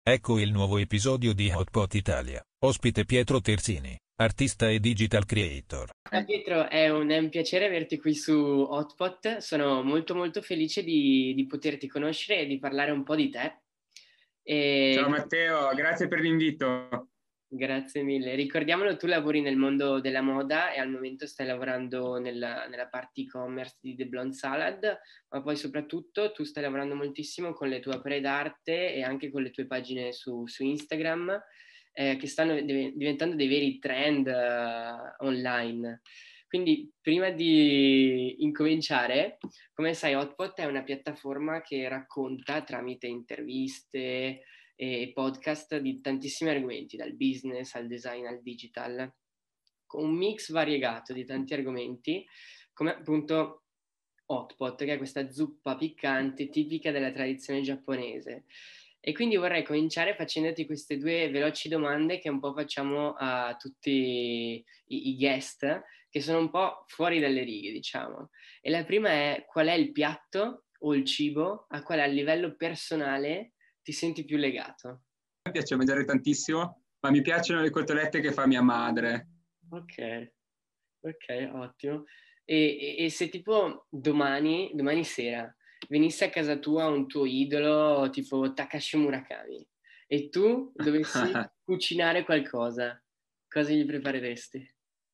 Ecco il nuovo episodio di Hotpot Italia. Ospite Pietro Terzini, artista e digital creator. Ciao Pietro, è un piacere averti qui su Hotpot. Sono molto molto felice di poterti conoscere e di parlare un po' di te. Ciao E Matteo, grazie per l'invito. grazie mille. Ricordiamolo, tu lavori nel mondo della moda e al momento stai lavorando nella parte e-commerce di The Blonde Salad, ma poi soprattutto tu stai lavorando moltissimo con le tue opere d'arte e anche con le tue pagine su Instagram, che stanno diventando dei veri trend online. Quindi, prima di incominciare, come sai, Hotpot è una piattaforma che racconta tramite interviste e podcast di tantissimi argomenti, dal business al design al digital, con un mix variegato di tanti argomenti, come appunto Hotpot, che è questa zuppa piccante tipica della tradizione giapponese. E quindi vorrei cominciare facendoti queste due veloci domande che un po' facciamo a tutti i guest, che sono un po' fuori dalle righe, diciamo. E la prima è: qual è il piatto o il cibo a quale a livello personale ti senti più legato? Mi piace mangiare tantissimo, ma mi piacciono le cotolette che fa mia madre. Ok, ok, ottimo. E se tipo domani sera venisse a casa tua un tuo idolo tipo Takashi Murakami e tu dovessi cucinare qualcosa, cosa gli prepareresti?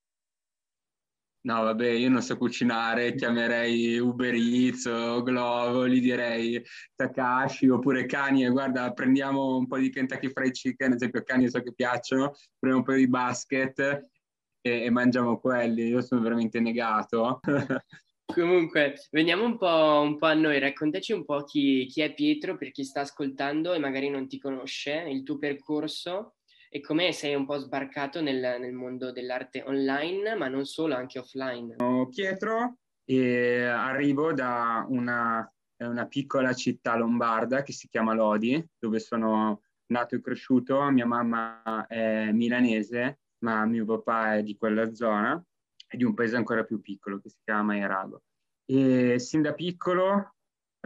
No, vabbè, io non so cucinare, chiamerei Uber Eats o Glovo, gli direi Takashi oppure Kanye, guarda, prendiamo un po' di Kentucky Fried Chicken, ad esempio Kanye so che piacciono, prendiamo un po' di basket e mangiamo quelli, io sono veramente negato. Comunque, veniamo un po' a noi, raccontaci un po' chi è Pietro per chi sta ascoltando e magari non ti conosce, il tuo percorso e come sei un po' sbarcato nel mondo dell'arte online, ma non solo, anche offline. Sono Pietro e arrivo da una piccola città lombarda che si chiama Lodi, dove sono nato e cresciuto. Mia mamma è milanese, ma mio papà è di quella zona e di un paese ancora più piccolo che si chiama Mairago. E sin da piccolo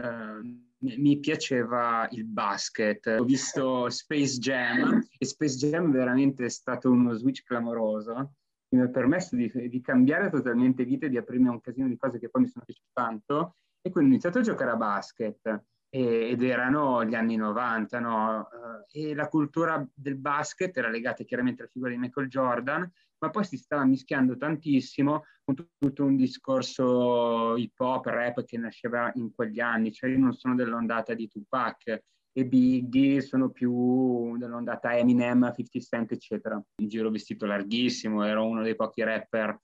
mi piaceva il basket. Ho visto Space Jam e Space Jam veramente è stato uno switch clamoroso che mi ha permesso di cambiare totalmente vita e di aprirmi a un casino di cose che poi mi sono piaciute tanto. E quindi ho iniziato a giocare a basket ed erano gli anni 90, no? E la cultura del basket era legata chiaramente alla figura di Michael Jordan, ma poi si stava mischiando tantissimo con tutto un discorso hip hop, rap che nasceva in quegli anni. Cioè io non sono dell'ondata di Tupac e Biggie, sono più dell'ondata Eminem, 50 Cent, eccetera. In giro vestito larghissimo, ero uno dei pochi rapper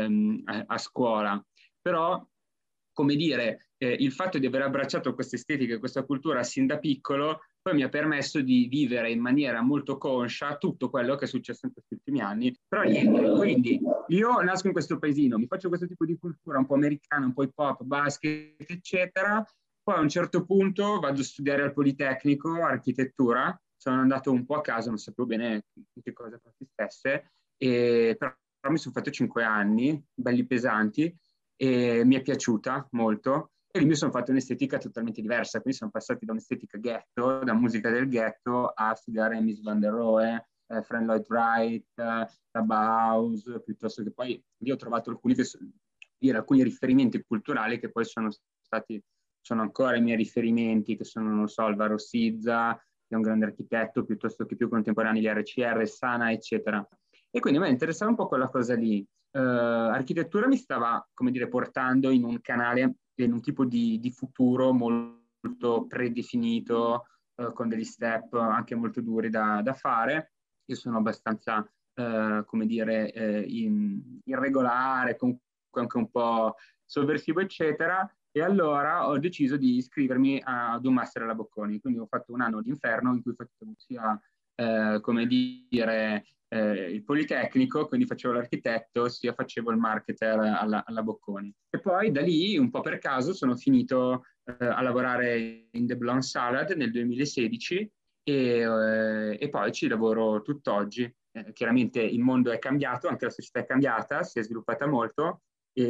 a scuola. Però, come dire, il fatto di aver abbracciato questa estetica e questa cultura sin da piccolo poi mi ha permesso di vivere in maniera molto conscia tutto quello che è successo in questi ultimi anni. Però niente, quindi io nasco in questo paesino, mi faccio questo tipo di cultura un po' americana, un po' hip hop, basket, eccetera. Poi a un certo punto vado a studiare al Politecnico architettura, sono andato un po' a caso, non sapevo bene che cosa consistesse, però mi sono fatto 5 anni, belli pesanti, e mi è piaciuta molto. E lì mi sono fatto un'estetica totalmente diversa, quindi sono passati da un'estetica ghetto, da musica del ghetto, a studiare Miss Van der Rohe, Frank Lloyd Wright, la Bauhaus, piuttosto che poi lì ho trovato alcuni riferimenti culturali che poi sono ancora i miei riferimenti, che sono, non so, Alvaro Sizza, che è un grande architetto, piuttosto che più contemporanei gli RCR, Sana, eccetera. E quindi a me interessava un po' quella cosa lì. Architettura mi stava, come dire, portando in un canale, in un tipo di futuro molto predefinito, con degli step anche molto duri da fare. Io sono abbastanza, come dire, irregolare, comunque anche un po' sovversivo, eccetera. E allora ho deciso di iscrivermi ad un master alla Bocconi. Quindi ho fatto un anno d'inferno in cui ho fatto sia, come dire, il Politecnico, quindi facevo l'architetto, sia facevo il marketer alla Bocconi. E poi da lì, un po' per caso, sono finito a lavorare in The Blonde Salad nel 2016 e poi ci lavoro tutt'oggi. Chiaramente il mondo è cambiato, anche la società è cambiata, si è sviluppata molto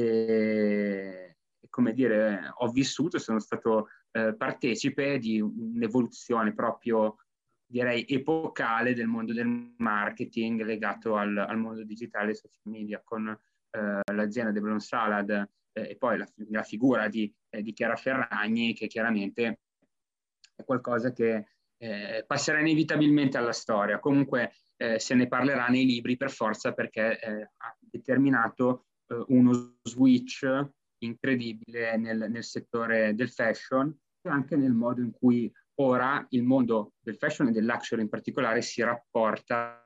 e come dire, ho vissuto, sono stato partecipe di un'evoluzione proprio direi, epocale del mondo del marketing legato al mondo digitale e social media, con l'azienda The Blonde Salad e poi la figura di Chiara Ferragni, che chiaramente è qualcosa che passerà inevitabilmente alla storia. Comunque se ne parlerà nei libri per forza, perché ha determinato uno switch incredibile nel settore del fashion e anche nel modo in cui ora il mondo del fashion e del luxury in particolare si rapporta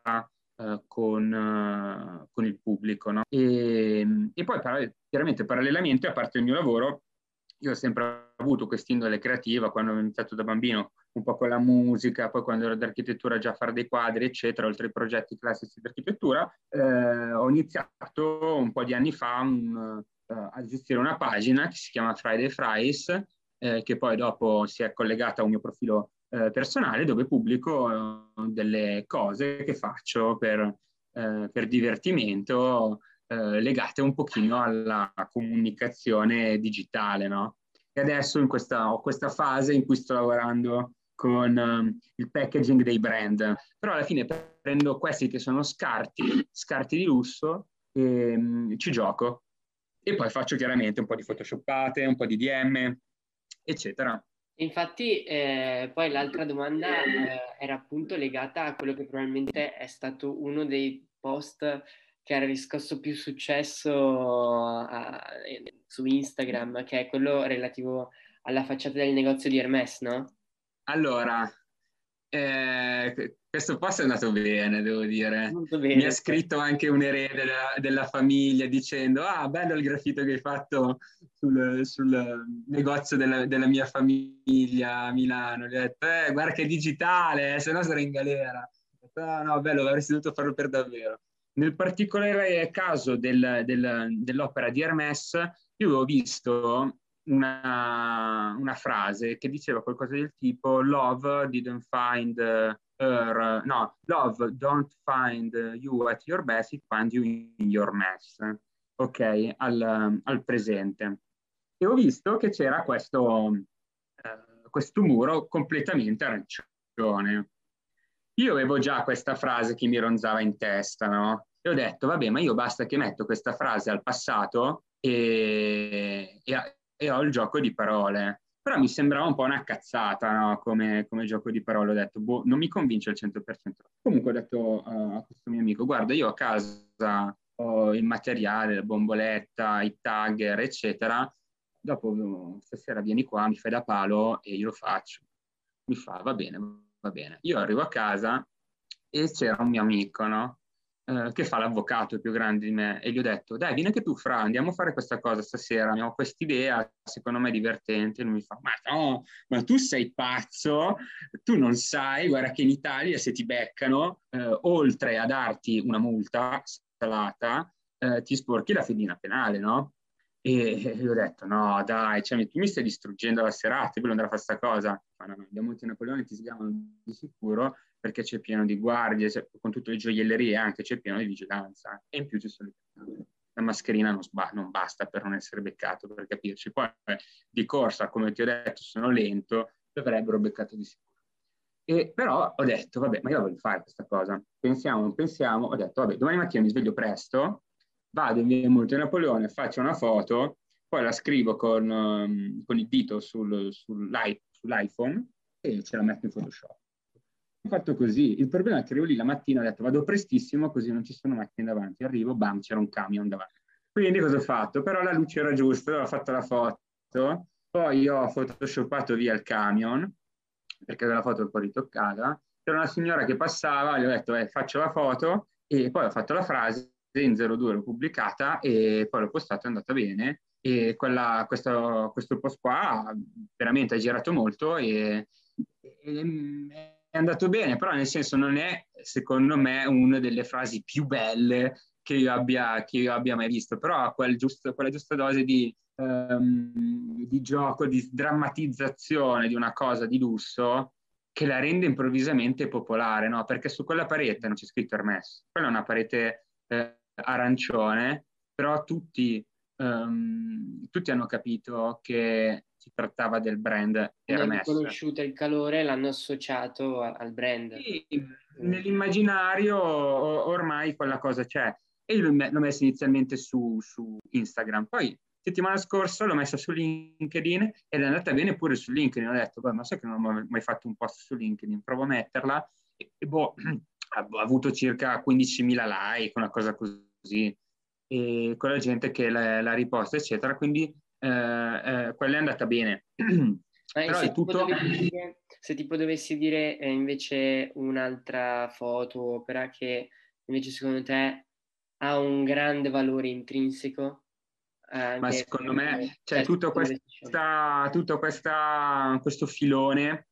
con il pubblico, no? E poi chiaramente parallelamente, a parte il mio lavoro, io ho sempre avuto quest'indole creativa quando ho iniziato da bambino, un po' con la musica, poi quando ero d'architettura già a fare dei quadri, eccetera, oltre ai progetti classici di architettura, ho iniziato un po' di anni fa a gestire una pagina che si chiama Friday Fries, che poi dopo si è collegata a un mio profilo personale dove pubblico delle cose che faccio per divertimento, legate un pochino alla comunicazione digitale, no? E adesso ho questa fase in cui sto lavorando con il packaging dei brand, però alla fine prendo questi che sono scarti di lusso e ci gioco. E poi faccio chiaramente un po' di photoshoppate, un po' di DM, eccetera. Infatti, poi l'altra domanda era appunto legata a quello che probabilmente è stato uno dei post che ha riscosso più successo su Instagram, che è quello relativo alla facciata del negozio di Hermès, no? Allora, questo post è andato bene, devo dire. Molto Mi ha bene. scritto anche un erede della famiglia dicendo: Ah, bello il graffito che hai fatto sul negozio della mia famiglia a Milano. Gli ho detto: guarda che è digitale, se no sarei in galera. Ho detto, "Ah, no, bello, avresti dovuto farlo per davvero." Nel particolare caso dell'opera di Hermès, io avevo visto una frase che diceva qualcosa del tipo Love didn't find her, no, Love don't find you at your best, it find you in your mess, ok, al presente. E ho visto che c'era questo muro completamente arancione. Io avevo già questa frase che mi ronzava in testa, no? E ho detto, vabbè, ma io basta che metto questa frase al passato e ho il gioco di parole. Però mi sembrava un po' una cazzata, no? Come gioco di parole. Ho detto, boh, non mi convince al 100%. Comunque ho detto a questo mio amico, guarda, io a casa ho il materiale, la bomboletta, i tagger, eccetera. Dopo stasera vieni qua, mi fai da palo e io lo faccio. Mi fa, va bene, va bene. Io arrivo a casa e c'era un mio amico, no? Che fa l'avvocato più grande di me e gli ho detto, dai, vieni anche tu, Fra, andiamo a fare questa cosa stasera, abbiamo quest'idea, secondo me è divertente. E lui mi fa, ma no, ma tu sei pazzo, tu non sai, guarda che in Italia se ti beccano, oltre a darti una multa salata, ti sporchi la fedina penale, no? E gli ho detto, no, dai, cioè, tu mi stai distruggendo la serata, io voglio andare a fare questa cosa. Ma no, andiamo a Napoleone, ti sgamano di sicuro, perché c'è pieno di guardie, con tutte le gioiellerie anche c'è pieno di vigilanza. E in più ci sono le telecamere. La mascherina non basta per non essere beccato, per capirci. Poi di corsa, come ti ho detto, sono lento, ti avrebbero beccato di sicuro. E però ho detto, vabbè, ma io la voglio fare questa cosa. Pensiamo, non pensiamo. Ho detto, vabbè, domani mattina mi sveglio presto, vado in via Monte Napoleone, faccio una foto, poi la scrivo con il dito sull'iPhone e ce la metto in Photoshop. Ho fatto così. Il problema è che arrivo lì la mattina, ho detto, vado prestissimo, così non ci sono macchine davanti. Arrivo, bam, c'era un camion davanti. Quindi cosa ho fatto? Però la luce era giusta, ho fatto la foto, poi ho photoshoppato via il camion, perché la foto è un po' ritoccata. C'era una signora che passava, gli ho detto, faccio la foto, e poi ho fatto la frase, in 02 l'ho pubblicata, e poi l'ho postata, è andata bene. E questo post qua veramente ha girato molto è andato bene, però nel senso non è, secondo me, una delle frasi più belle che io abbia mai visto, però ha quella giusta dose di gioco, di drammatizzazione di una cosa di lusso che la rende improvvisamente popolare, no? Perché su quella parete non c'è scritto Hermès, quella è una parete arancione, però tutti hanno capito che si trattava del brand Hanno Hermès. riconosciuto il calore, l'hanno associato al brand. Sì, nell'immaginario ormai quella cosa c'è. E io l'ho messa inizialmente su Instagram, poi settimana scorsa l'ho messa su LinkedIn ed è andata bene pure su LinkedIn. Ho detto, ma sai che non ho mai fatto un post su LinkedIn, provo a metterla e boh, ha avuto circa 15.000 like, una cosa così, e con la gente che l'ha riposta, eccetera, quindi quella è andata bene. Però Se è tutto... se tipo dovessi dire invece un'altra foto o opera che invece secondo te ha un grande valore intrinseco, Ma secondo me c'è tutto questo filone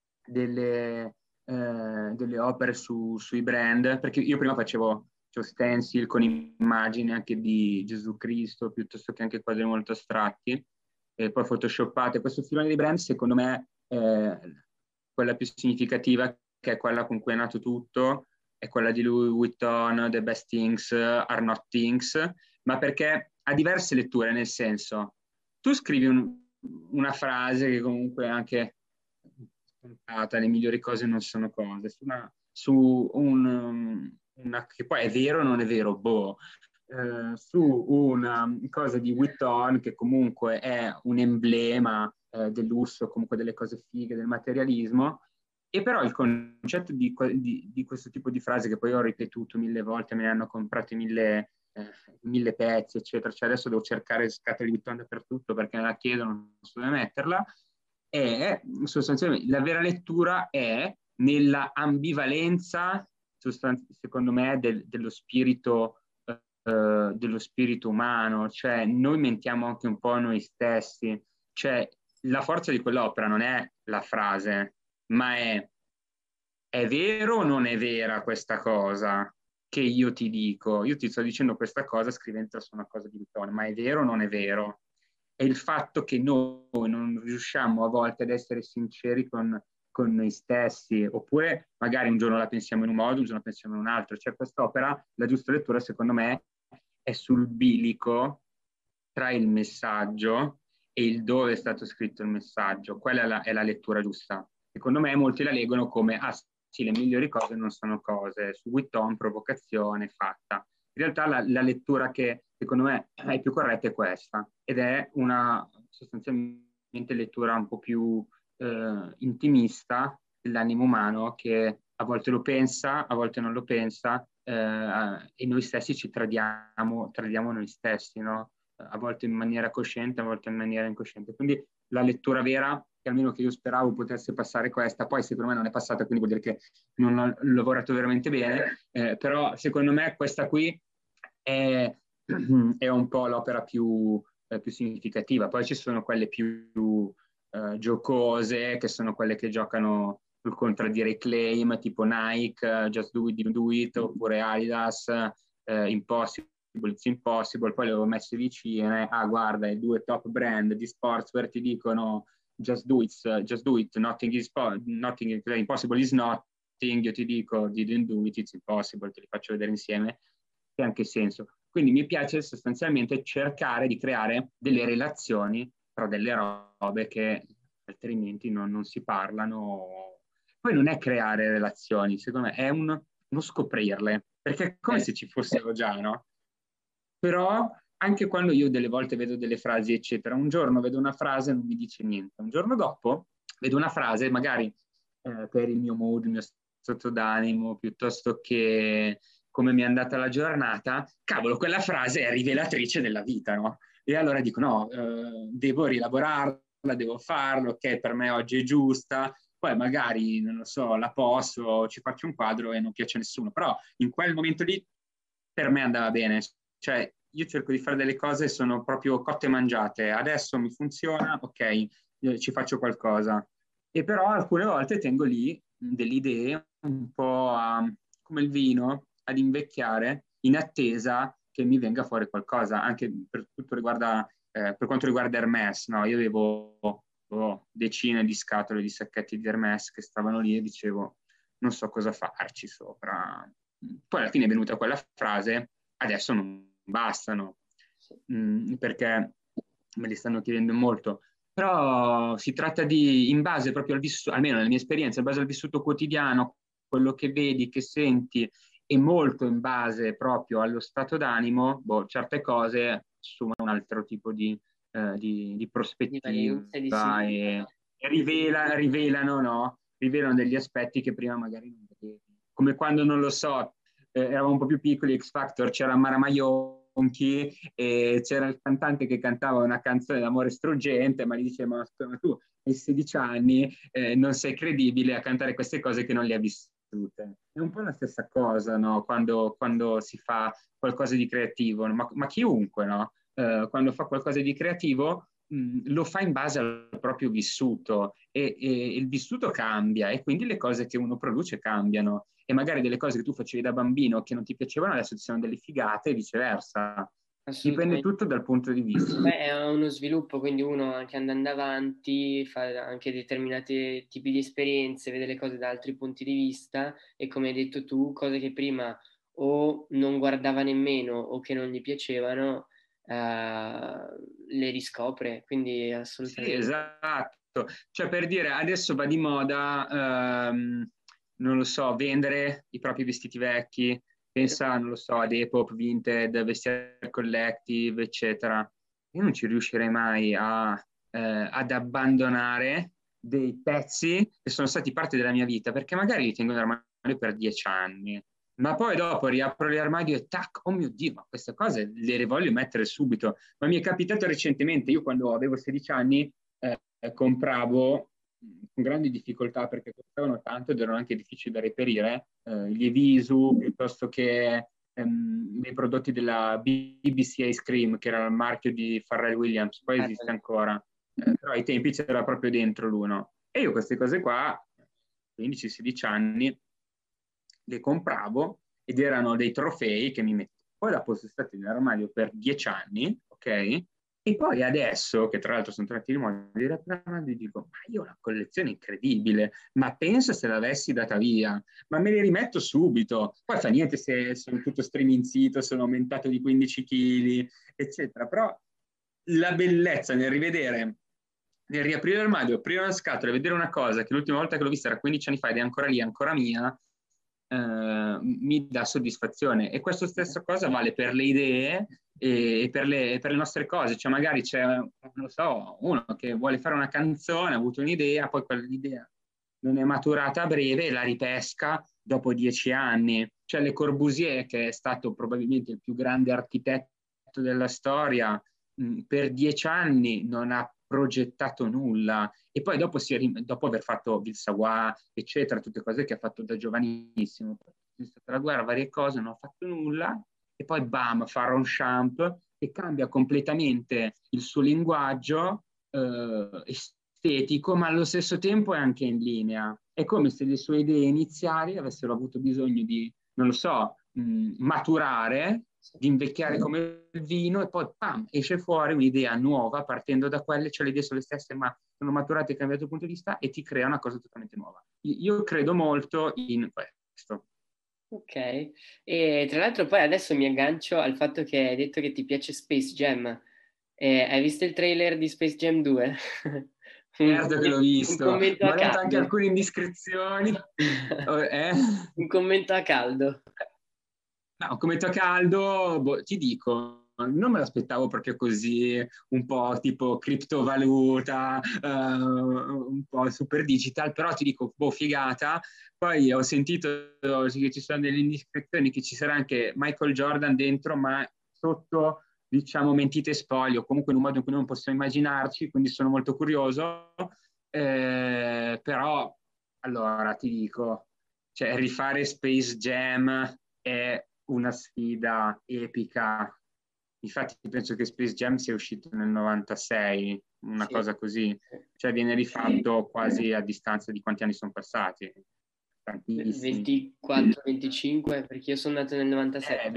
delle opere sui brand, perché io prima facevo stencil con immagini anche di Gesù Cristo, piuttosto che anche quadri molto astratti, e poi photoshoppate. Questo filone di brand secondo me è quella più significativa, che è quella con cui è nato tutto, è quella di Louis Vuitton, The Best Things Are Not Things, ma perché ha diverse letture, nel senso, tu scrivi una frase che comunque è anche scontata, le migliori cose non sono cose, una che poi è vero o non è vero, boh, su una cosa di Vuitton che comunque è un emblema del lusso, comunque delle cose fighe, del materialismo, e però il concetto di questo tipo di frase che poi ho ripetuto 1.000 volte, me ne hanno comprate 1.000 pezzi, eccetera, cioè adesso devo cercare scatole di Vuitton dappertutto perché me la chiedono, non so dove metterla, e sostanzialmente la vera lettura è nella ambivalenza, secondo me, dello spirito umano, cioè noi mentiamo anche un po' a noi stessi, cioè la forza di quell'opera non è la frase, ma è vero o non è vera questa cosa che io ti dico? Io ti sto dicendo questa cosa scrivendo su una cosa di Vuitton, ma è vero o non è vero? È il fatto che noi non riusciamo a volte ad essere sinceri con noi stessi, oppure magari un giorno la pensiamo in un modo, un giorno la pensiamo in un altro. Cioè quest'opera, la giusta lettura secondo me è sul bilico tra il messaggio e il dove è stato scritto il messaggio. Quella è la lettura giusta. Secondo me molti la leggono come, ah sì, le migliori cose non sono cose, su Vuitton, provocazione, fatta. In realtà la lettura che secondo me è più corretta è questa, ed è una sostanzialmente lettura un po' più intimista dell'animo umano, che a volte lo pensa, a volte non lo pensa, e noi stessi ci tradiamo noi stessi, no? A volte in maniera cosciente, a volte in maniera incosciente. Quindi la lettura vera, che almeno che io speravo potesse passare questa, poi secondo me non è passata, quindi vuol dire che non ho lavorato veramente bene, però secondo me questa qui è, è un po' l'opera più significativa. Poi ci sono quelle più giocose, che sono quelle che giocano sul contraddire i claim, tipo Nike, Just Do It, Do It, oppure Adidas, Impossible, It's Impossible. Poi le ho messe vicine, guarda, i due top brand di sportswear ti dicono just do it, nothing is impossible is nothing, io ti dico didn't do it, it's impossible, te li faccio vedere insieme, che ha anche senso. Quindi mi piace sostanzialmente cercare di creare delle relazioni tra delle robe che altrimenti non si parlano. Poi non è creare relazioni, secondo me è uno scoprirle, perché è come se ci fossero già, no? Però anche quando io delle volte vedo delle frasi, eccetera, un giorno vedo una frase e non mi dice niente, un giorno dopo vedo una frase, magari per il mio mood, il mio stato d'animo, piuttosto che come mi è andata la giornata, cavolo, quella frase è rivelatrice della vita, no? E allora dico, no, devo rielaborarla, devo farlo, ok, per me oggi è giusta, poi magari, non lo so, la posso, ci faccio un quadro e non piace a nessuno, però in quel momento lì per me andava bene, cioè io cerco di fare delle cose che sono proprio cotte e mangiate, adesso mi funziona, ok, ci faccio qualcosa, e però alcune volte tengo lì delle idee un po' come il vino, ad invecchiare in attesa che mi venga fuori qualcosa, anche per quanto riguarda Hermès, no? Io avevo decine di scatole di sacchetti di Hermès che stavano lì e dicevo non so cosa farci sopra. Poi alla fine è venuta quella frase, adesso non bastano, perché me li stanno chiedendo molto. Però si tratta di, in base proprio al vissuto, almeno nella mia esperienza, in base al vissuto quotidiano, quello che vedi, che senti, e molto in base proprio allo stato d'animo, boh, certe cose assumono un altro tipo di Di valenza e di prospettiva significato. e rivelano, no? Rivelano degli aspetti che prima magari non vedevi. Come quando, non lo so, eravamo un po' più piccoli, X Factor, c'era Mara Maionchi e c'era il cantante che cantava una canzone d'amore struggente, ma gli diceva, ma tu hai 16 anni, non sei credibile a cantare queste cose che non le hai vissute. È un po' la stessa cosa, no? Quando si fa qualcosa di creativo, ma chiunque, no? Quando fa qualcosa di creativo, lo fa in base al proprio vissuto e il vissuto cambia e quindi le cose che uno produce cambiano e magari delle cose che tu facevi da bambino che non ti piacevano adesso ti sono delle figate e viceversa. Dipende Assolutamente. tutto dal punto di vista. Beh, è uno sviluppo, quindi uno anche andando avanti fa anche determinati tipi di esperienze, vede le cose da altri punti di vista e come hai detto tu, cose che prima o non guardava nemmeno o che non gli piacevano, le riscopre, quindi Sì, assolutamente. esatto. Cioè, per dire, adesso va di moda, non lo so, vendere i propri vestiti vecchi. Vero? Pensa, non lo so, a Depop, Vinted, Vestiaire Collective, eccetera. Io non ci riuscirei mai ad abbandonare dei pezzi che sono stati parte della mia vita, perché magari li tengo in armadio per 10 anni. Ma poi dopo riapro l'armadio e tac, oh mio Dio, ma queste cose le voglio mettere subito. Ma mi è capitato recentemente, io quando avevo 16 anni compravo con grandi difficoltà perché costavano tanto ed erano anche difficili da reperire, gli Evisu piuttosto che dei prodotti della BBC Ice Cream, che era il marchio di Pharrell Williams, poi esiste ancora, però ai tempi c'era proprio dentro l'uno. E io queste cose qua, 15-16 anni, le compravo ed erano dei trofei che mi mettevo. Poi dopo sono stati nell'armadio per 10 anni, ok? E poi adesso, che tra l'altro sono tornati di moda, di dico, ma io ho una collezione incredibile, ma penso se l'avessi data via, ma me le rimetto subito. Poi fa niente se sono tutto striminzito, sono aumentato di 15 kg, eccetera. Però la bellezza nel rivedere, nel riaprire l'armadio, aprire una scatola e vedere una cosa che l'ultima volta che l'ho vista era 15 anni fa ed è ancora lì, è ancora mia, mi dà soddisfazione. E questa stessa cosa vale per le idee e per le nostre cose. Cioè magari c'è, non lo so, uno che vuole fare una canzone, ha avuto un'idea, poi quell'idea non è maturata a breve e la ripesca dopo 10 anni. Cioè Le Corbusier, che è stato probabilmente il più grande architetto della storia, per 10 anni non ha progettato nulla e poi dopo, dopo aver fatto Ville Savoie, eccetera, tutte cose che ha fatto da giovanissimo, tra la guerra, varie cose, non ha fatto nulla e poi bam, fa Ronchamp e cambia completamente il suo linguaggio estetico, ma allo stesso tempo è anche in linea. È come se le sue idee iniziali avessero avuto bisogno di, non lo so, maturare, di invecchiare come il vino e poi pam, esce fuori un'idea nuova partendo da quelle, cioè le idee sono le stesse ma sono maturate e cambiato punto di vista e ti crea una cosa totalmente nuova. Io credo molto in questo. Ok, e tra l'altro poi adesso mi aggancio al fatto che hai detto che ti piace Space Jam. Hai visto il trailer di Space Jam 2? Certo che l'ho Un visto, commento mi a ha dato anche caldo. alcune indiscrezioni. Eh? Un commento a caldo. No, come to caldo, boh, ti dico, non me l'aspettavo proprio così, un po' tipo criptovaluta, un po' super digital, però ti dico, boh, figata. Poi ho sentito che ci sono delle indiscrezioni, che ci sarà anche Michael Jordan dentro, ma sotto, diciamo, mentite e spoglio, comunque in un modo in cui non possiamo immaginarci, quindi sono molto curioso. Però, allora, ti dico, cioè, rifare Space Jam è una sfida epica. Infatti penso che Space Jam sia uscito nel 96, una Sì. cosa così. Cioè viene rifatto quasi a distanza di quanti anni sono passati? Tantissimi. 24-25, perché io sono nato nel 97.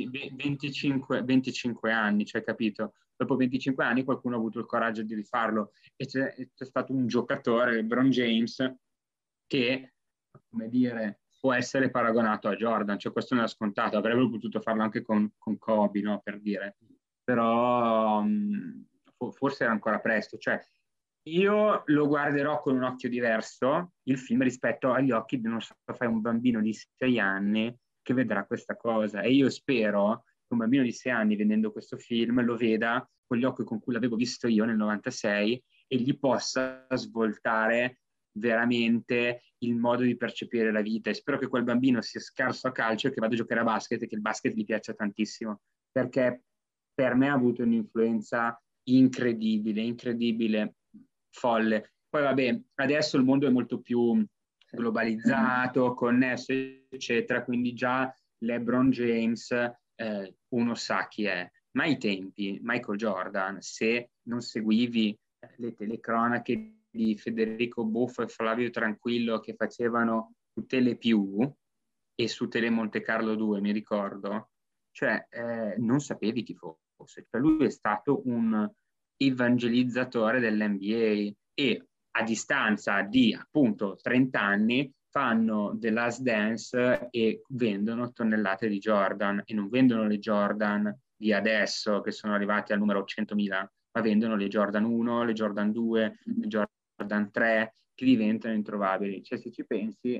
25 anni, cioè capito? Dopo 25 anni qualcuno ha avuto il coraggio di rifarlo e c'è stato un giocatore, LeBron James, che, come dire, può essere paragonato a Jordan, cioè questo non è scontato, avrebbe potuto farlo anche con Kobe, no? Per dire. Però forse era ancora presto, cioè Io lo guarderò con un occhio diverso, il film, rispetto agli occhi di, non so, fai un bambino di 6 anni che vedrà questa cosa. E io spero che un bambino di 6 anni, vedendo questo film, lo veda con gli occhi con cui l'avevo visto io nel 96 e gli possa svoltare veramente il modo di percepire la vita. E spero che quel bambino sia scarso a calcio e che vada a giocare a basket e che il basket gli piaccia tantissimo, perché per me ha avuto un'influenza incredibile, incredibile, folle. Poi vabbè, adesso il mondo è molto più globalizzato, connesso, eccetera, quindi già LeBron James, uno sa chi è. Ma ai tempi, Michael Jordan, se non seguivi le telecronache di Federico Buffo e Flavio Tranquillo che facevano su Tele Più e su Tele Monte Carlo 2, mi ricordo, cioè non sapevi chi fosse. Cioè, lui è stato un evangelizzatore dell'NBA e a distanza di appunto 30 anni fanno The Last Dance e vendono tonnellate di Jordan, e non vendono le Jordan di adesso che sono arrivati al numero 100.000, ma vendono le Jordan 1, le Jordan 2, le Jordan 3 che diventano introvabili. Cioè, se ci pensi,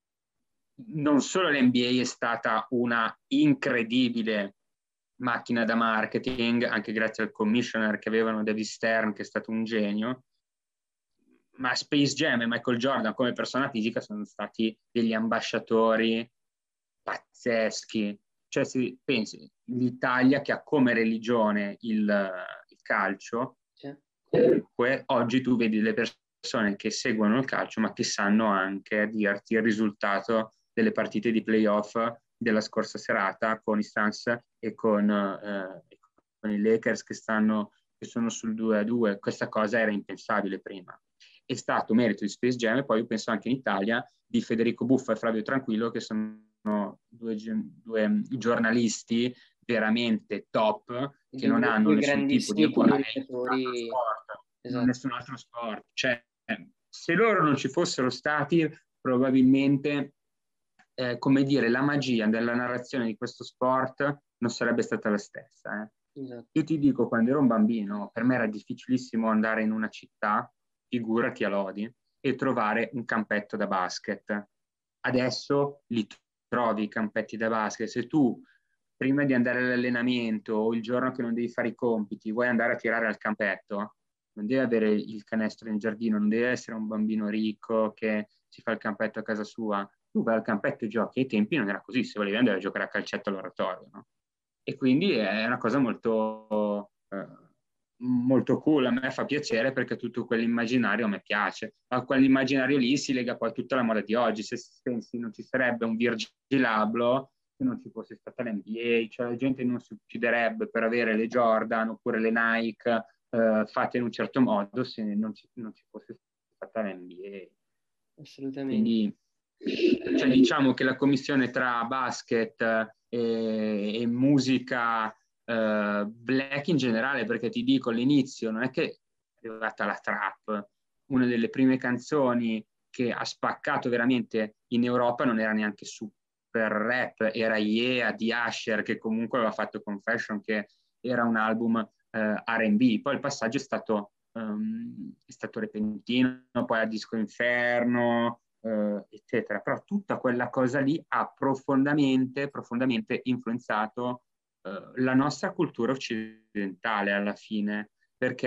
non solo l'NBA è stata una incredibile macchina da marketing, anche grazie al commissioner che avevano, David Stern, che è stato un genio, ma Space Jam e Michael Jordan come persona fisica sono stati degli ambasciatori pazzeschi. Cioè, se pensi, l'Italia che ha come religione il calcio, Sì. oggi tu vedi le persone che seguono il calcio, ma che sanno anche dirti il risultato delle partite di playoff della scorsa serata con i Suns e con i Lakers che sono sul 2-2. Questa cosa era impensabile prima. È stato merito di Space Jam, e poi io penso anche in Italia di Federico Buffa e Flavio Tranquillo, che sono due giornalisti veramente top, che non hanno due nessun tipo di grandissimi eguale in nessun altro comunicatori. sport, Esatto. nessun altro sport. Cioè, se loro non ci fossero stati, probabilmente, come dire, la magia della narrazione di questo sport non sarebbe stata la stessa. Esatto. Io ti dico, quando ero un bambino, per me era difficilissimo andare in una città, figurati a Lodi, e trovare un campetto da basket. Adesso li trovi i campetti da basket. Se tu prima di andare all'allenamento o il giorno che non devi fare i compiti vuoi andare a tirare al campetto, non devi avere il canestro in giardino, non devi essere un bambino ricco che si fa il campetto a casa sua. Tu vai al campetto e giochi. Ai tempi non era così, se volevi andare a giocare a calcetto all'oratorio, no? E quindi è una cosa molto cool. A me fa piacere perché tutto quell'immaginario a me piace. A quell'immaginario lì si lega poi tutta la moda di oggi. Se pensi, non ci sarebbe un Virgil Abloh se non ci fosse stata l'NBA, cioè la gente non si ucciderebbe per avere le Jordan oppure le Nike fatte in un certo modo se non ci fosse stata l'NBA. Assolutamente. Quindi, cioè, diciamo che la commissione tra basket e musica black in generale, perché ti dico, all'inizio non è che è arrivata la trap, una delle prime canzoni che ha spaccato veramente in Europa non era neanche super rap, era Yeah di Usher, che comunque aveva fatto Confession, che era un album R&B. Poi il passaggio è stato repentino, poi a Disco Inferno, eccetera. Però tutta quella cosa lì ha profondamente, profondamente influenzato la nostra cultura occidentale alla fine, perché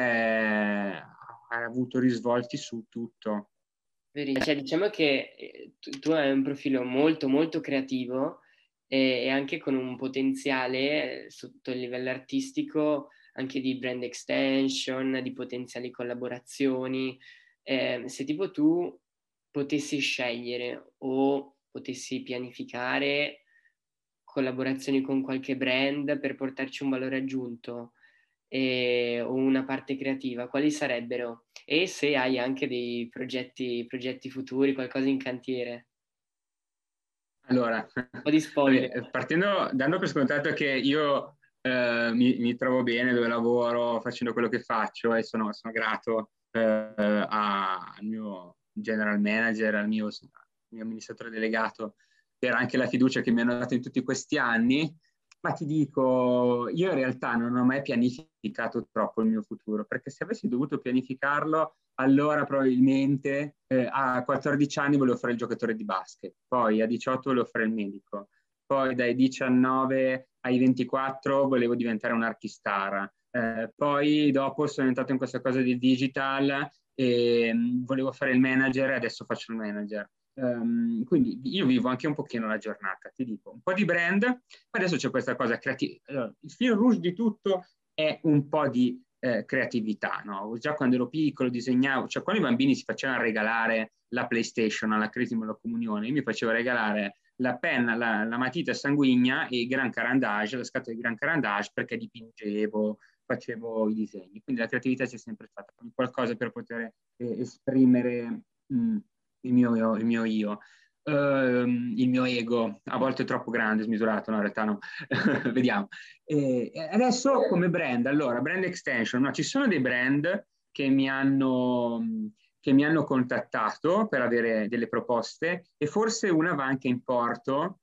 ha avuto risvolti su tutto. Cioè, diciamo che tu hai un profilo molto molto creativo e anche con un potenziale sotto il livello artistico anche di brand extension, di potenziali collaborazioni. Se tipo tu potessi scegliere o potessi pianificare collaborazioni con qualche brand per portarci un valore aggiunto o una parte creativa, quali sarebbero? E se hai anche dei progetti futuri, qualcosa in cantiere. Allora, Un po' di spoiler. dando per scontato che io mi trovo bene dove lavoro, facendo quello che faccio, e sono grato al mio general manager, al mio amministratore delegato, per anche la fiducia che mi hanno dato in tutti questi anni, ma ti dico, io in realtà non ho mai pianificato pianificato troppo il mio futuro, perché se avessi dovuto pianificarlo, allora probabilmente a 14 anni volevo fare il giocatore di basket, poi a 18 volevo fare il medico, poi dai 19 ai 24 volevo diventare un archistar, poi dopo sono entrato in questa cosa di digital e volevo fare il manager e adesso faccio il manager. Quindi io vivo anche un pochino la giornata, ti dico, un po' di brand, ma adesso c'è questa cosa creativa. Allora, il fil rouge di tutto è un po' di creatività, no? Già quando ero piccolo disegnavo, cioè quando i bambini si facevano regalare la PlayStation alla cresima alla comunione, io mi facevo regalare la penna, la matita sanguigna e il Gran Carandage, la scatola di Gran Carandage perché dipingevo, facevo i disegni. Quindi la creatività c'è sempre stata, qualcosa per poter esprimere il mio io. Il mio ego, a volte è troppo grande, smisurato, no, in realtà no. Vediamo. Adesso come brand, allora, brand extension, no, ci sono dei brand che mi hanno contattato per avere delle proposte e forse una va anche in porto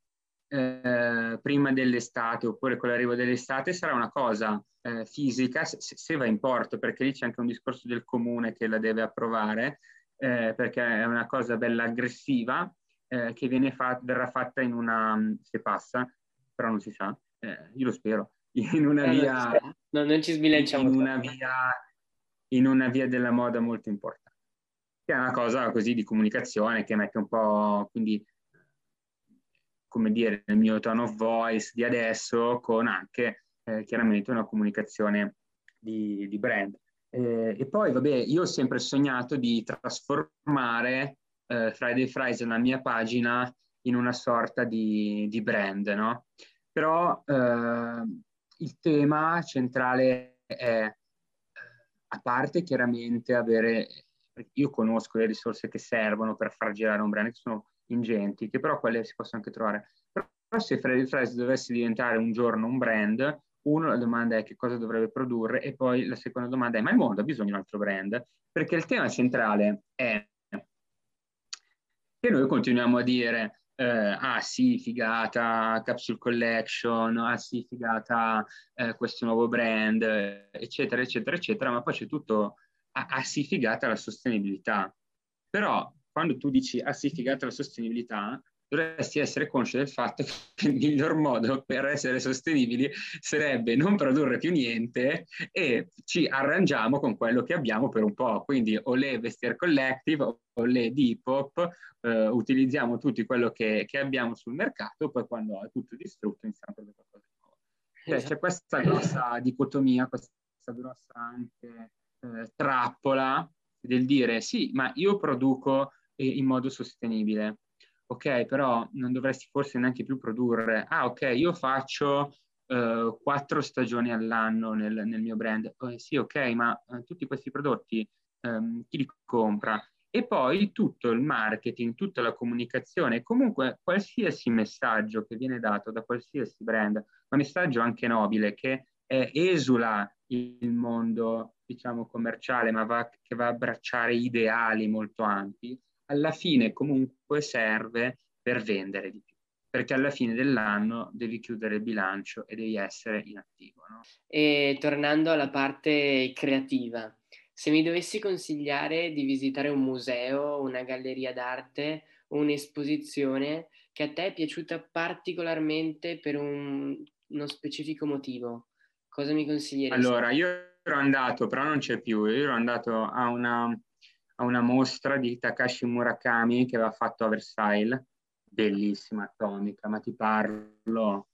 prima dell'estate oppure con l'arrivo dell'estate sarà una cosa fisica, se va in porto, perché lì c'è anche un discorso del comune che la deve approvare, perché è una cosa bella aggressiva che verrà fatta in una, se passa, però non si sa, io lo spero, in una via, no, non ci sbilanciamo in una via della moda molto importante, che è una cosa così di comunicazione che mette un po', quindi, come dire, il mio tone of voice di adesso con anche chiaramente una comunicazione di brand. E poi, vabbè, io ho sempre sognato di trasformare Friday Fries, la mia pagina, in una sorta di brand, no? Però il tema centrale è, a parte chiaramente avere, io conosco le risorse che servono per far girare un brand, che sono ingenti, che però quelle si possono anche trovare. Però se Friday Fries dovesse diventare un giorno un brand, uno, la domanda è che cosa dovrebbe produrre e poi la seconda domanda è ma il mondo ha bisogno di un altro brand? Perché il tema centrale è che noi continuiamo a dire ah sì, figata, capsule collection, ah sì, figata, questo nuovo brand, eccetera, eccetera, eccetera, ma poi c'è tutto, ah sì, figata la sostenibilità. Però quando tu dici ah sì, figata la sostenibilità, dovresti essere conscio del fatto che il miglior modo per essere sostenibili sarebbe non produrre più niente e ci arrangiamo con quello che abbiamo per un po'. Quindi o le Vestiaire Collective o le Depop, utilizziamo tutti quello che abbiamo sul mercato, poi quando è tutto distrutto iniziamo a produrre qualcosa di nuovo. Cioè, c'è questa grossa dicotomia, questa grossa anche trappola del dire sì, ma io produco in modo sostenibile. Ok, però non dovresti forse neanche più produrre. Ah, ok, io faccio 4 stagioni all'anno nel mio brand. Sì, ok, ma tutti questi prodotti chi li compra? E poi tutto il marketing, tutta la comunicazione, comunque qualsiasi messaggio che viene dato da qualsiasi brand, un messaggio anche nobile che esula il mondo, diciamo, commerciale, ma che va a abbracciare ideali molto ampi, alla fine comunque serve per vendere di più, perché alla fine dell'anno devi chiudere il bilancio e devi essere in attivo, no? E tornando alla parte creativa, se mi dovessi consigliare di visitare un museo, una galleria d'arte, un'esposizione che a te è piaciuta particolarmente per uno specifico motivo, cosa mi consiglieresti? Allora, io ero andato, però non c'è più, io ero andato a una mostra di Takashi Murakami che aveva fatto a Versailles, bellissima, atomica, ma ti parlo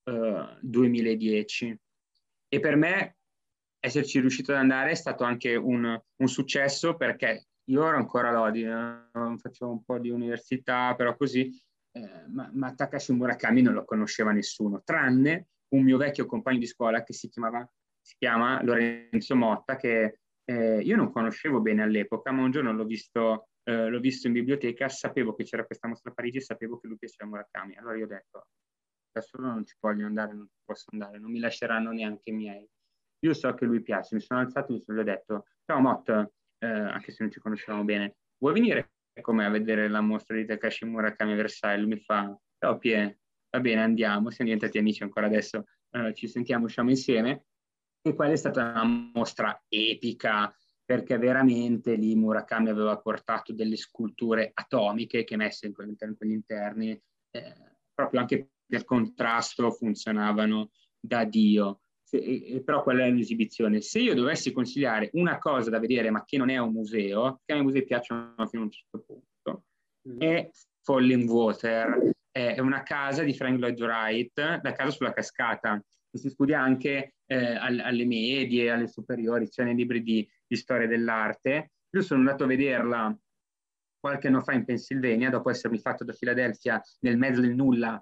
2010. E per me esserci riuscito ad andare è stato anche un successo perché io ero ancora Lodi, facevo un po' di università, però così, ma Takashi Murakami non lo conosceva nessuno, tranne un mio vecchio compagno di scuola che si chiama Lorenzo Motta, che io non conoscevo bene all'epoca, ma un giorno l'ho visto in biblioteca, sapevo che c'era questa mostra a Parigi e sapevo che lui piaceva Murakami. Allora io ho detto, da solo non ci voglio andare, non ci posso andare, non mi lasceranno neanche i miei. Io so che lui piace, mi sono alzato e gli ho detto, ciao Mott, anche se non ci conoscevamo bene, vuoi venire con me a vedere la mostra di Takashi Murakami a Versailles? Lui mi fa, ciao Pie, va bene, andiamo, siamo diventati amici ancora adesso, ci sentiamo, usciamo insieme. E quella è stata una mostra epica, perché veramente lì Murakami aveva portato delle sculture atomiche che messe in quegli interni, proprio anche per contrasto funzionavano da Dio. Però quella è un'esibizione. Se io dovessi consigliare una cosa da vedere, ma che non è un museo, che ai musei piacciono fino a un certo punto, è Falling Water. È una casa di Frank Lloyd Wright, la casa sulla cascata, che si studia anche alle medie, alle superiori, cioè nei libri di storia dell'arte. Io sono andato a vederla qualche anno fa in Pennsylvania, dopo essermi fatto da Filadelfia nel mezzo del nulla,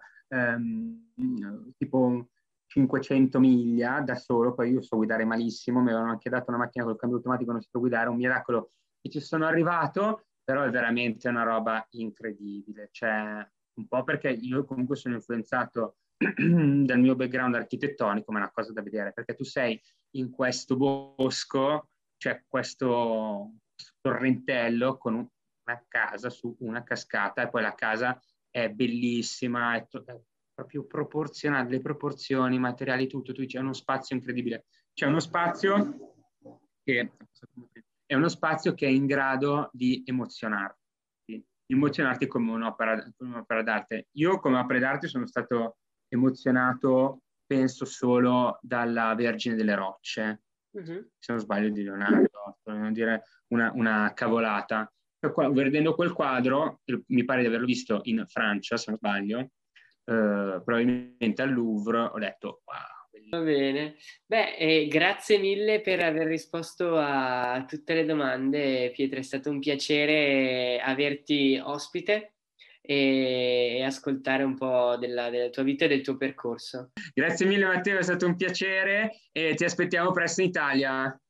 tipo 500 miglia da solo, poi io so guidare malissimo, mi avevano anche dato una macchina col cambio automatico, non so guidare, un miracolo che ci sono arrivato, però è veramente una roba incredibile, cioè un po' perché io comunque sono influenzato dal mio background architettonico, ma è una cosa da vedere, perché tu sei in questo bosco, c'è questo torrentello con una casa su una cascata e poi la casa è bellissima, è proprio proporzionale, le proporzioni, i materiali, tutto, c'è uno spazio incredibile. C'è uno spazio che è uno spazio che è in grado di emozionarti come un'opera d'arte. Io come opera d'arte sono stato emozionato, penso, solo dalla Vergine delle Rocce, se non sbaglio di Leonardo, per non dire una cavolata. Vedendo quel quadro, mi pare di averlo visto in Francia, se non sbaglio, probabilmente al Louvre, ho detto wow. Va bene. Beh, grazie mille per aver risposto a tutte le domande, Pietro. È stato un piacere averti ospite e ascoltare un po' della tua vita e del tuo percorso. Grazie mille Matteo, è stato un piacere e ti aspettiamo presto in Italia.